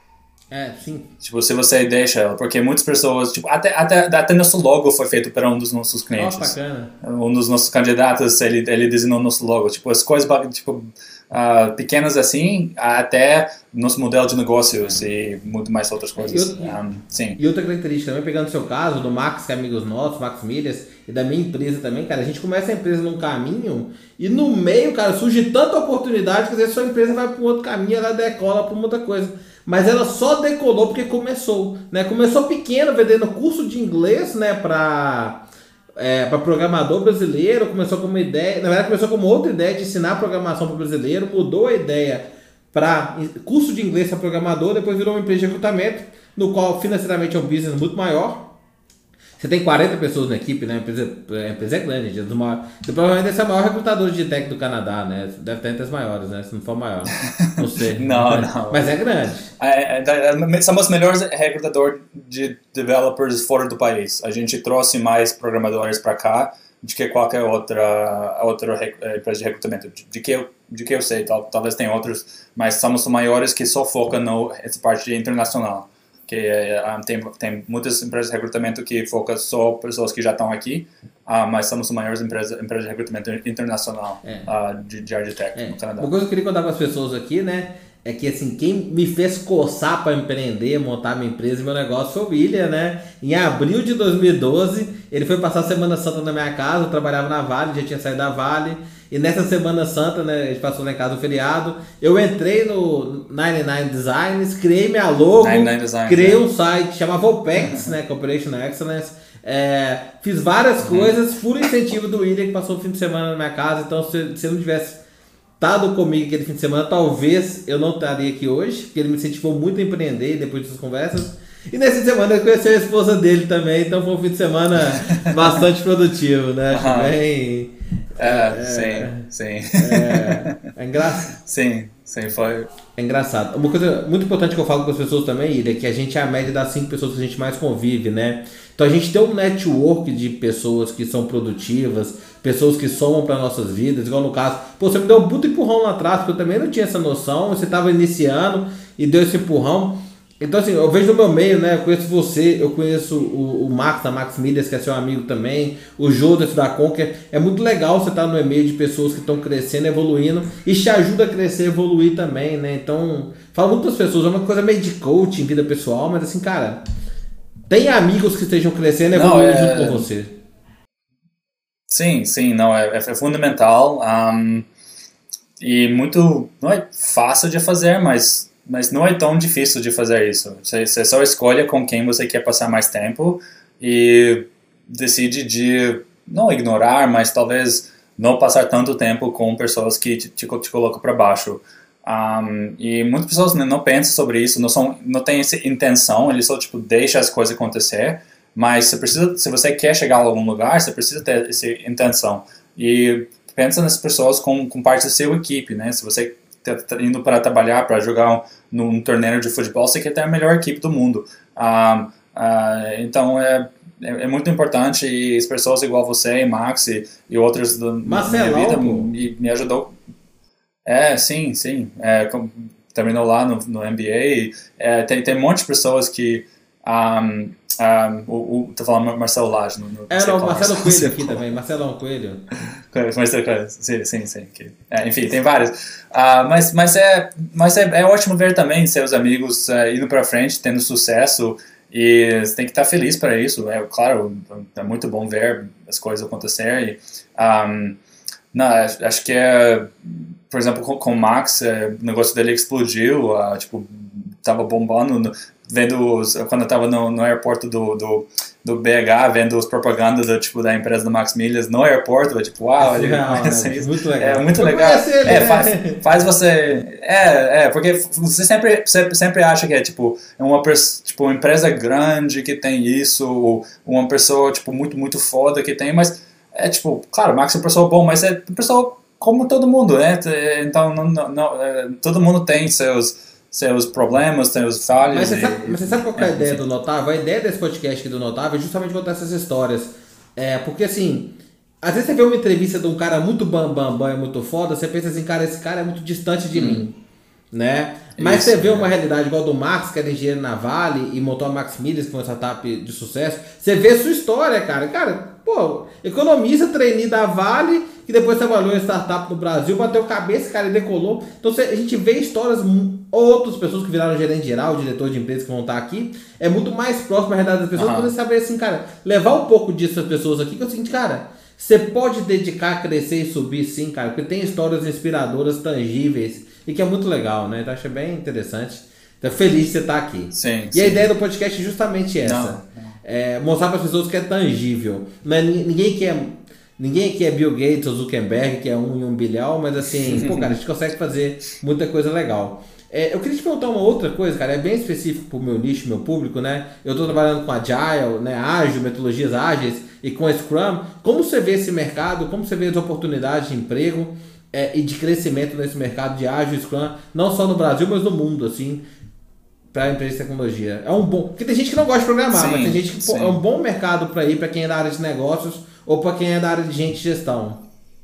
É, sim. Tipo, se você deixa ela, porque muitas pessoas, tipo, até, até, até nosso logo foi feito para um dos nossos clientes. Oh, bacana. Um dos nossos candidatos, ele, ele desenhou nosso logo. Tipo, as coisas, tipo, uh, pequenas assim, até nosso modelo de negócios e muito mais outras coisas. E, um, sim. E outra característica também, pegando o seu caso, do Max, que é amigos nossos, Max Milhas, e da minha empresa também, cara, a gente começa a empresa num caminho e no meio, cara, surge tanta oportunidade que às vezes a sua empresa vai para um outro caminho, ela decola para uma outra coisa. Mas ela só decolou porque começou, né? Começou pequeno, vendendo curso de inglês, né, para é, para programador brasileiro, começou com uma ideia, na verdade começou com uma outra ideia de ensinar programação para o brasileiro, mudou a ideia para curso de inglês para programador, depois virou uma empresa de recrutamento, no qual financeiramente é um business muito maior. Você tem quarenta pessoas na equipe, né? A empresa, a empresa é grande, gente. Uma, provavelmente esse é o maior recrutador de tech do Canadá, né? Deve estar entre as maiores, né? Se não for maior. Não sei. não, não. Mas é grande. É, é, somos os melhores recrutadores de developers fora do país. A gente trouxe mais programadores para cá do que qualquer outra, outra empresa de recrutamento. De, de, que, eu, de que eu sei, tal, talvez tenha outros, mas somos os maiores que só focam nessa parte internacional. Que uh, tem, tem muitas empresas de recrutamento que focam só pessoas que já estão aqui, uh, mas somos as maiores empresas, empresas de recrutamento internacional é. uh, de, de área de tech é. no Canadá. Uma coisa que eu queria contar para as pessoas aqui, né, é que assim, quem me fez coçar para empreender, montar minha empresa e meu negócio foi o William, né? Em abril de dois mil e doze, ele foi passar a Semana Santa na minha casa, eu trabalhava na Vale, já tinha saído da Vale, e nessa Semana Santa, né, a gente passou lá em casa o feriado, eu entrei no noventa e nove Designs, criei minha logo, Design, criei né? um site, chamava OPEX, né, Operational Excellence, é, fiz várias uhum. coisas, fui incentivo do William, que passou o fim de semana na minha casa, então se, se eu não tivesse estado comigo aquele fim de semana, talvez eu não estaria aqui hoje, porque ele me incentivou muito a empreender depois dessas conversas. E nesse fim de semana eu conheci a esposa dele também, então foi um fim de semana bastante produtivo, né? Uhum. Bem, é, é, sim, sim. É, é engraçado. Sim, sim, foi. É engraçado. Uma coisa muito importante que eu falo com as pessoas também, Ida, é que a gente é a média das cinco pessoas que a gente mais convive, né? Então a gente tem um network de pessoas que são produtivas, pessoas que somam para nossas vidas, igual no caso, pô, você me deu um puto empurrão lá atrás, porque eu também não tinha essa noção, você estava iniciando e deu esse empurrão. Então, assim, eu vejo no meu meio, né? Eu conheço você, eu conheço o, o Max, da Max Milhas, que é seu amigo também, o Joseph da Conquer. É muito legal você estar no e-mail de pessoas que estão crescendo, evoluindo, e te ajuda a crescer e evoluir também, né? Então, falo muito para as pessoas, é uma coisa meio de coaching, vida pessoal, mas assim, cara, tem amigos que estejam crescendo e Não, evoluindo junto com é... você. Sim, sim, não, é, é fundamental. Um, e muito, não é fácil de fazer, mas, mas não é tão difícil de fazer isso. Você, você só escolhe com quem você quer passar mais tempo e decide de não ignorar, mas talvez não passar tanto tempo com pessoas que te, te, te colocam para baixo. Um, e muitas pessoas não pensam sobre isso, não, são, não têm essa intenção, eles só tipo, deixam as coisas acontecer, mas você precisa, se você quer chegar a algum lugar, você precisa ter essa intenção. E pensa nas pessoas com, com parte da sua equipe, né? Se você está indo para trabalhar, para jogar um, num torneio de futebol, você quer ter a melhor equipe do mundo. Um, uh, então, é, é, é muito importante e as pessoas igual você, Max e, e outras da minha vida me, me ajudou. É, sim, sim. É, com, terminou lá no, no N B A. E, é, tem, tem um monte de pessoas que... Um, um, o, o, tô falando Marcelo Lage. No, no, é, não, o Marcelo Coelho aqui também. Marcelão Coelho. Sim, sim, sim. É, enfim, tem vários. Uh, mas mas, é, mas é, é ótimo ver também seus amigos uh, indo pra frente, tendo sucesso. E você tem que estar feliz para isso. É claro, é muito bom ver as coisas acontecerem. Um, não, acho que é... Por exemplo, com, com o Max, é, o negócio dele explodiu, uh, tipo, tava bombando, no, vendo os, quando eu tava no, no aeroporto do, do, do B H, vendo as propagandas do, tipo, da empresa do Max Milhas no aeroporto, tipo, uau, é, ele não, conhece é, isso. muito legal. É muito eu legal. Ele, é, né? faz, faz você... É, é, porque você sempre, sempre, sempre acha que é, tipo, uma, tipo, uma empresa grande que tem isso, ou uma pessoa, tipo, muito, muito foda que tem, mas é, tipo, claro, o Max é uma pessoa boa, mas é uma pessoa... como todo mundo, né? Então, não, não, não, todo mundo tem seus, seus problemas, seus falhas. Mas você, e, sabe, mas você sabe qual é a é, ideia enfim. do Notável? A ideia desse podcast aqui do Notável é justamente contar essas histórias. É, porque assim, às vezes você vê uma entrevista de um cara muito bam, bam, bam, é muito foda, você pensa assim, cara, esse cara é muito distante de hum. mim. Né? Mas Isso, você vê é. uma realidade igual do Max, que era engenheiro na Vale e montou a Max Milhas, que foi uma startup de sucesso. Você vê a sua história, cara. Cara, pô, economista, trainee da Vale, que depois trabalhou em startup no Brasil, bateu cabeça, cara, e decolou. Então a gente vê histórias, outras pessoas que viraram gerente geral, diretor de empresas que vão estar aqui. É muito mais próximo à realidade das pessoas, uhum. Pra você saber assim, cara, levar um pouco disso para as pessoas aqui, que é o seguinte, cara, você pode dedicar, crescer e subir sim, cara, porque tem histórias inspiradoras, tangíveis, e que é muito legal, né? Então acho bem interessante. Então feliz de você estar aqui. Sim, e sim. a ideia do podcast é justamente essa. Não, não. É mostrar para as pessoas que é tangível. Não é, ninguém quer... Ninguém aqui é Bill Gates ou Zuckerberg, que é um em um bilhão, mas assim, pô, cara, a gente consegue fazer muita coisa legal. É, eu queria te perguntar uma outra coisa, cara, é bem específico pro meu nicho, meu público, né? Eu tô trabalhando com Agile, né? Ágil, metodologias ágeis e com Scrum. Como você vê esse mercado? Como você vê as oportunidades de emprego é, e de crescimento nesse mercado de Ágil e Scrum, não só no Brasil, mas no mundo, assim, para empresa de tecnologia? É um bom... Porque tem gente que não gosta de programar, sim, mas tem gente que pô, é um bom mercado para ir para quem é da área de negócios ou para quem é da área de gente de gestão.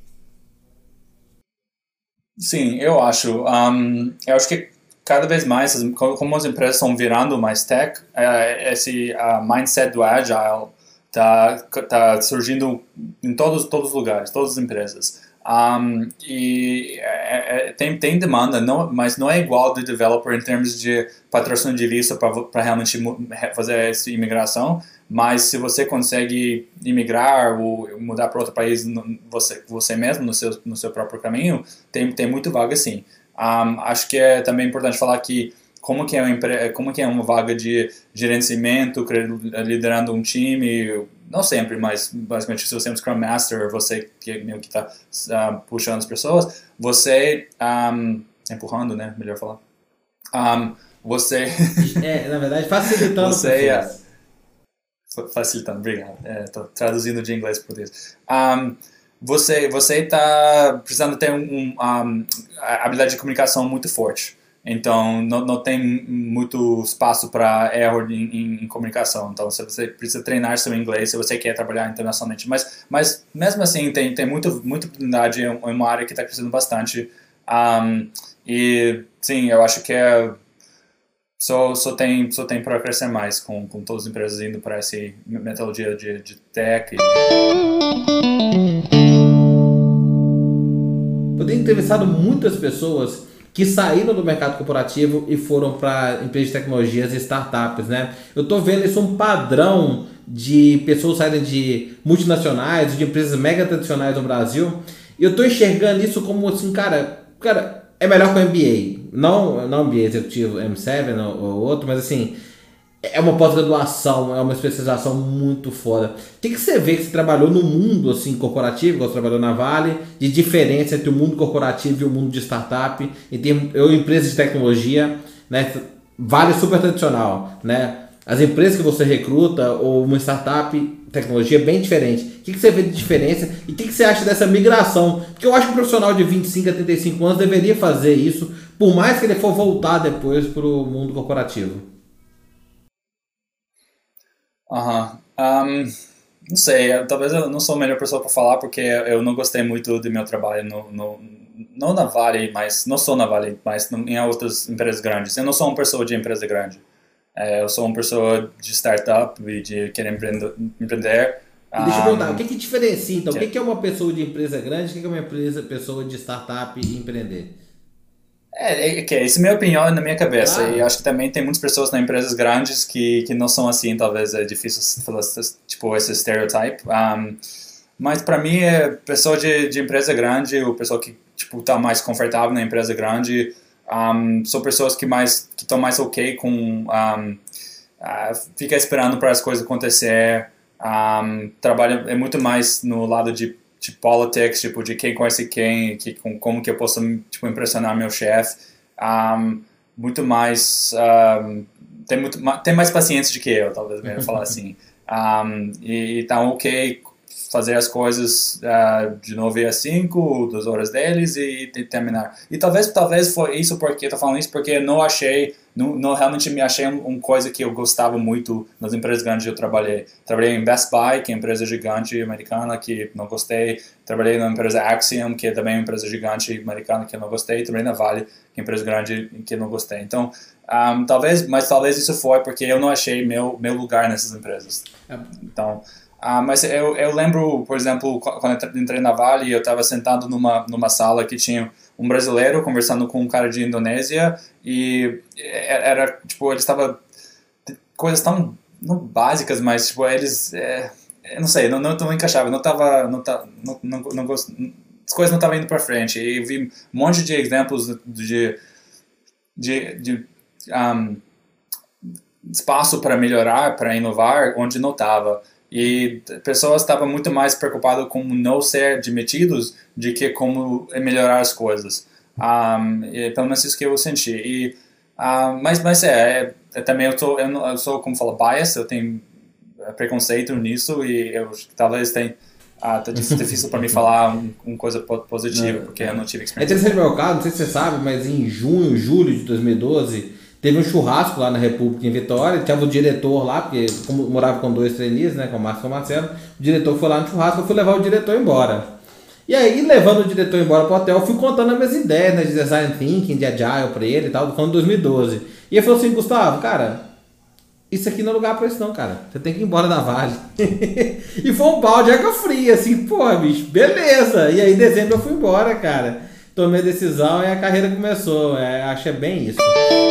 Sim, eu acho. Um, eu acho que cada vez mais, como as empresas estão virando mais tech, esse uh, mindset do Agile está tá surgindo em todos, todos os lugares, todas as empresas. Um, e é, é, tem, tem demanda, não, mas não é igual de developer em termos de patrocínio de vista para realmente fazer essa imigração, mas se você consegue imigrar ou mudar para outro país você, você mesmo, no seu, no seu próprio caminho, tem, tem muito vaga sim. Um, acho que é também importante falar que como que é uma, como que é uma vaga de gerenciamento, liderando um time, não sempre, mas basicamente se você é um Scrum Master, você que está uh, puxando as pessoas, você, um, empurrando, né, melhor falar, um, você... é, na verdade, facilitando você, uh, facilitando, obrigado, estou é, traduzindo de inglês para português. Um, você você está precisando ter um, um, um, a habilidade de comunicação muito forte. Então, não, não tem muito espaço para erro em, em, em comunicação. Então, você precisa treinar seu inglês se você quer trabalhar internacionalmente. Mas, mas mesmo assim, tem, tem muito, muita oportunidade. É uma área que está crescendo bastante. Um, e, sim, eu acho que é... só, só tem, só tem para crescer mais com, com todas as empresas indo para essa metodologia de, de tech. Eu tenho entrevistado muitas pessoas que saíram do mercado corporativo e foram para empresas de tecnologias e startups, né? Eu tô vendo isso um padrão de pessoas saírem de multinacionais, de empresas mega tradicionais no Brasil, e eu tô enxergando isso como assim, cara, cara, é melhor que o M B A, não, não M B A executivo M sete ou, ou outro, mas assim, é uma pós-graduação, é uma especialização muito foda. O que, que você vê que você trabalhou no mundo assim, corporativo, igual você trabalhou na Vale, de diferença entre o mundo corporativo e o mundo de startup, em termos, eu, empresas de tecnologia, né? Vale super tradicional, né? As empresas que você recruta ou uma startup, tecnologia bem diferente. O que, que você vê de diferença e o que, que você acha dessa migração? Porque eu acho que um profissional de vinte e cinco a trinta e cinco anos deveria fazer isso, por mais que ele for voltar depois para o mundo corporativo. Aham. Um, não sei, eu- talvez eu não sou a melhor pessoa para falar porque eu não gostei muito do meu trabalho no, no, não na Vale, mas não sou na Vale, mas no- em outras empresas grandes. Eu não sou uma pessoa de empresa grande. É, eu sou uma pessoa de startup e de querer empreender. empreender. E deixa eu perguntar, o Um, que que diferencia então? O que que- que é uma pessoa de empresa grande? O que que é uma empresa, pessoa de startup e empreender? é, é, que essa é a minha opinião na minha cabeça. E Claro. acho que também tem muitas pessoas nas empresas grandes que, que não são assim, talvez é difícil falar, tipo, esse stereotype. Um, Mas para mim, é pessoa de, de empresa grande, ou pessoa que tipo tá mais confortável na empresa grande, um, são pessoas que mais que estão mais ok com um, uh, fica esperando para as coisas acontecer. Um, trabalha é muito mais no lado de, de politics, tipo de quem conhece quem, que, com, como que eu posso tipo impressionar meu chefe. Um, muito mais um, tem muito ma- tem mais paciência do que eu, talvez mesmo falar assim. Um, e então ok fazer as coisas uh, de nove às cinco, duas horas deles e, e terminar. E talvez talvez foi isso porque eu tô falando isso porque eu não achei, não, não realmente me achei uma um coisa que eu gostava muito nas empresas grandes que eu trabalhei. Trabalhei em Best Buy, que é uma empresa gigante americana que não gostei. Trabalhei na empresa Axiom, que é também uma empresa gigante americana que eu não gostei. Trabalhei na Vale, que é uma empresa grande que eu não gostei. Então, um, talvez, mas talvez isso foi porque eu não achei meu meu lugar nessas empresas. Então ah, mas eu, eu lembro, por exemplo, quando eu entrei na Vale, eu estava sentado numa, numa sala que tinha um brasileiro conversando com um cara de Indonésia e era, tipo, eles estavam coisas tão, não básicas, mas, tipo, eles, é, eu não sei, não, não, não encaixava, não tava, não, tá, não, não, não gost... as coisas não estavam indo para frente e eu vi um monte de exemplos de, de, de um, espaço para melhorar, para inovar, onde não estava. E pessoas estavam muito mais preocupadas com não ser admitidos do que como melhorar as coisas. Um, e, pelo menos isso que eu senti. E, um, mas, mas é, é, também eu, tô, eu, não, eu sou, como fala, bias, eu tenho preconceito nisso e eu talvez tenha ah, tá difícil para mim falar uma um coisa positiva, Não, porque eu não tive é experiência. interessante o meu caso, não sei se você sabe, mas em junho, julho de dois mil e doze, teve um churrasco lá na República em Vitória, tinha o diretor lá, porque como morava com dois trainees, né, com o Márcio e com o Marcelo, o diretor foi lá no churrasco, eu fui levar o diretor embora. E aí, levando o diretor embora pro hotel, eu fui contando as minhas ideias, né, de design thinking, de agile pra ele e tal, do ano de dois mil e doze. E ele falou assim, Gustavo, cara, isso aqui não é lugar pra isso não, cara. Você tem que ir embora da Vale. E foi um balde de água fria, assim, pô, bicho, beleza. E aí, em dezembro, eu fui embora, cara. Tomei a decisão e a carreira começou. É, acho que é bem isso.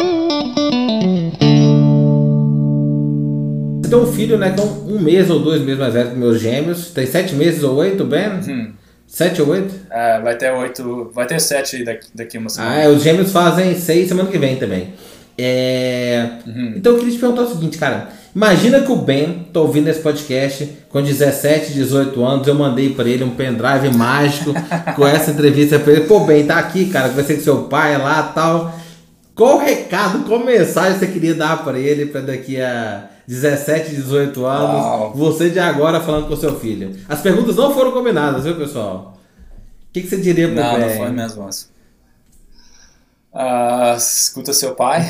Você tem um filho, né, que é um, um mês ou dois meses mais velho que meus gêmeos. Tem sete meses ou oito, Ben? Uhum. Sete ou oito? É, vai ter oito, vai ter sete daqui, daqui uma semana. Ah, é, os gêmeos fazem seis semana que vem também. É... Uhum. Então eu queria te perguntar o seguinte, cara. Imagina que o Ben tá ouvindo esse podcast com dezessete, dezoito anos. Eu mandei pra ele um pendrive mágico com essa entrevista pra ele. Pô, Ben, tá aqui, cara. Conversei com seu pai lá e tal. Qual recado, qual mensagem você queria dar pra ele pra daqui a dezessete, dezoito anos? Uau. Você de agora falando com seu filho. As perguntas não foram combinadas, viu, pessoal? O que, que você diria pro Não, Ben? não foi mesmo. Uh, escuta seu pai.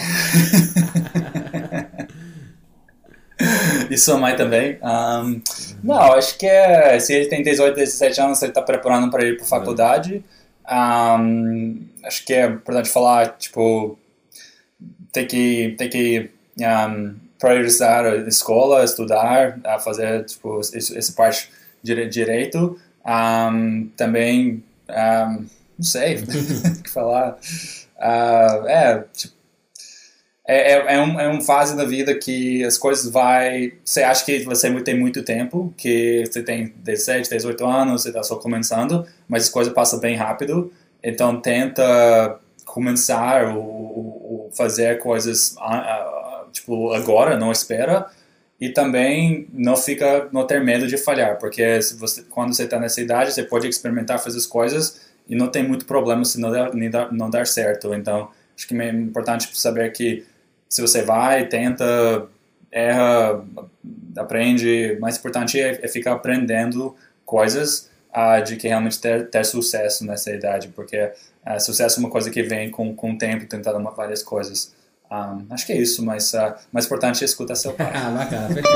E sua mãe também. Um, não, acho que é, se ele tem dezoito, dezessete anos, ele está preparando para ir para faculdade. Um, acho que é importante falar, tipo, tem que, tem que um, priorizar a escola, estudar, a fazer tipo, essa parte de direito. Um, também, um, não sei o que falar. Uh, é, tipo, é, é, é, um, é uma fase da vida que as coisas vai... Você acha que você tem muito tempo, que você tem dezessete, dezoito anos, você está só começando, mas as coisas passam bem rápido. Então, tenta começar ou, fazer coisas uh, tipo, agora, não espera. E também não fica, não ter medo de falhar, porque se você, quando você está nessa idade, você pode experimentar, fazer as coisas e não tem muito problema se não dar, não dar certo. Então, acho que é importante saber que se você vai, tenta, erra, aprende, o mais importante é, é ficar aprendendo coisas uh, de que realmente ter, ter sucesso nessa idade, porque uh, sucesso é uma coisa que vem com, com o tempo, tentando várias coisas. Um, acho que é isso, mas o uh, mais importante é escutar seu pai. Ah, bacana, perfeito.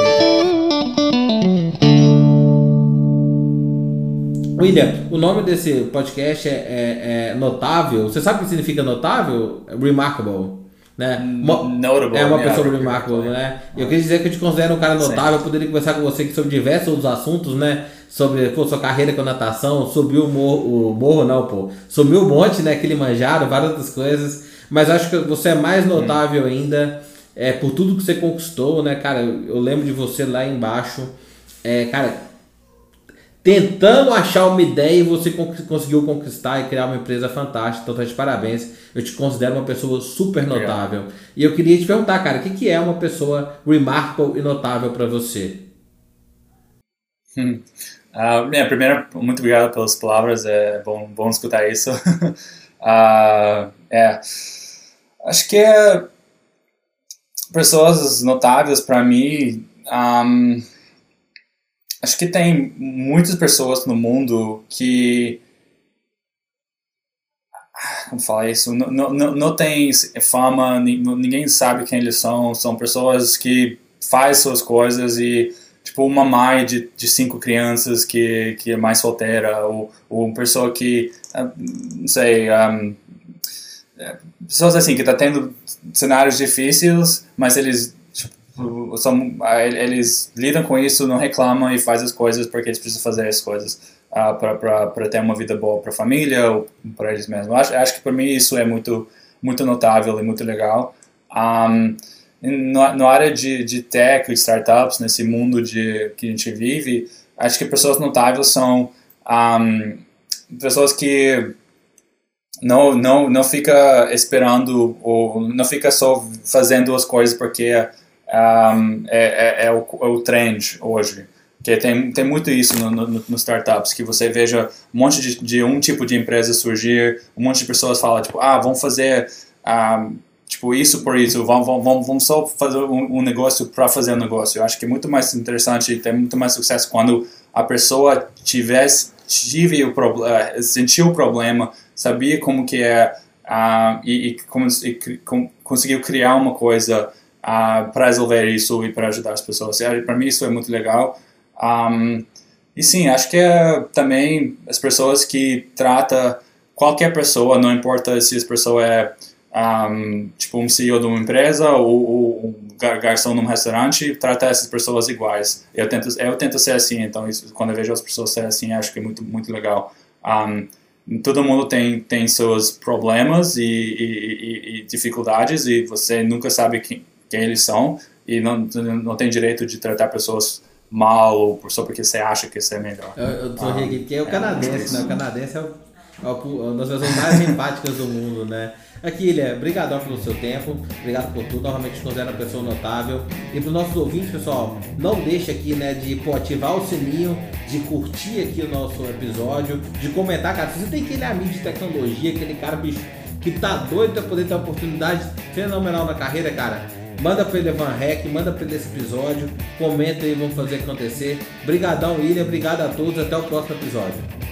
William, o nome desse podcast é, é, é Notável. Você sabe o que significa notável? Remarkable. Né? Notable. É uma yeah, pessoa remarkable, né? Eu queria dizer que eu te considero um cara notável. Eu poderia conversar com você sobre diversos outros assuntos, né? Sobre pô, sua carreira com natação, subiu o morro, o morro não, pô. Subiu o monte, né? Kilimanjaro, várias outras coisas. Mas acho que você é mais notável hum. ainda é, por tudo que você conquistou, né, cara? Eu, eu lembro de você lá embaixo, é, cara, tentando achar uma ideia e você conseguiu conquistar e criar uma empresa fantástica. Então, tá de parabéns. Eu te considero uma pessoa super notável. É. E eu queria te perguntar, cara, o que, que é uma pessoa remarkable e notável para você? Hum. Uh, minha primeira, muito obrigado pelas palavras. É bom, bom escutar isso. uh, é, acho que é pessoas notáveis para mim. Um, Acho que tem muitas pessoas no mundo que, como falar isso, não, não, não tem fama, ninguém sabe quem eles são, são pessoas que fazem suas coisas e, tipo, uma mãe de, de cinco crianças que, que é mais solteira, ou, ou uma pessoa que, não sei, um, pessoas assim, que tá tendo cenários difíceis, mas eles... São, eles lidam com isso, não reclamam e fazem as coisas porque eles precisam fazer as coisas uh, para ter uma vida boa para a família ou para eles mesmos. Acho, acho que para mim isso é muito, muito notável e muito legal. Um, na área de, de tech e startups, nesse mundo de, que a gente vive, acho que pessoas notáveis são um, pessoas que não, não, não fica esperando ou não fica só fazendo as coisas porque Um, é, é, é, o, é o trend hoje, que tem, tem muito isso no, no, no startups, que você veja um monte de, de um tipo de empresa surgir, um monte de pessoas falam, tipo, ah, vamos fazer um, tipo, isso por isso, vamos, vamos, vamos só fazer um, um negócio para fazer um negócio. Eu acho que é muito mais interessante e tem muito mais sucesso quando a pessoa tivesse, tive o problema, sentiu o problema, sabia como que é uh, e, e, como, e com, conseguiu criar uma coisa Uh, para resolver isso e para ajudar as pessoas. Para mim isso é muito legal. Um, e sim, acho que é também as pessoas que tratam qualquer pessoa, não importa se essa pessoa é um, tipo um C E O de uma empresa ou, ou um garçom num restaurante, trata essas pessoas iguais. Eu tento, eu tento ser assim, então isso, quando eu vejo as pessoas ser assim, acho que é muito, muito legal. Um, todo mundo tem, tem seus problemas e, e, e, e dificuldades e você nunca sabe quem quem eles são, e não, não tem direito de tratar pessoas mal ou só porque você acha que isso é melhor. Eu, eu tô rindo aqui, porque é o canadense, né? O canadense é, o, é, o, é uma das pessoas mais empáticas do mundo, né? Aqui, Ilha, obrigadão pelo seu tempo, obrigado por tudo, novamente te considero uma pessoa notável. E para os nossos ouvintes, pessoal, não deixe aqui, né, de pô, ativar o sininho, de curtir aqui o nosso episódio, de comentar, cara, se você tem aquele amigo de tecnologia, aquele cara, bicho, que tá doido pra poder ter uma oportunidade fenomenal na carreira, cara, manda pra ele levar um rec, manda pra ele esse episódio, comenta aí, vamos fazer acontecer. Brigadão, William, obrigado a todos, até o próximo episódio.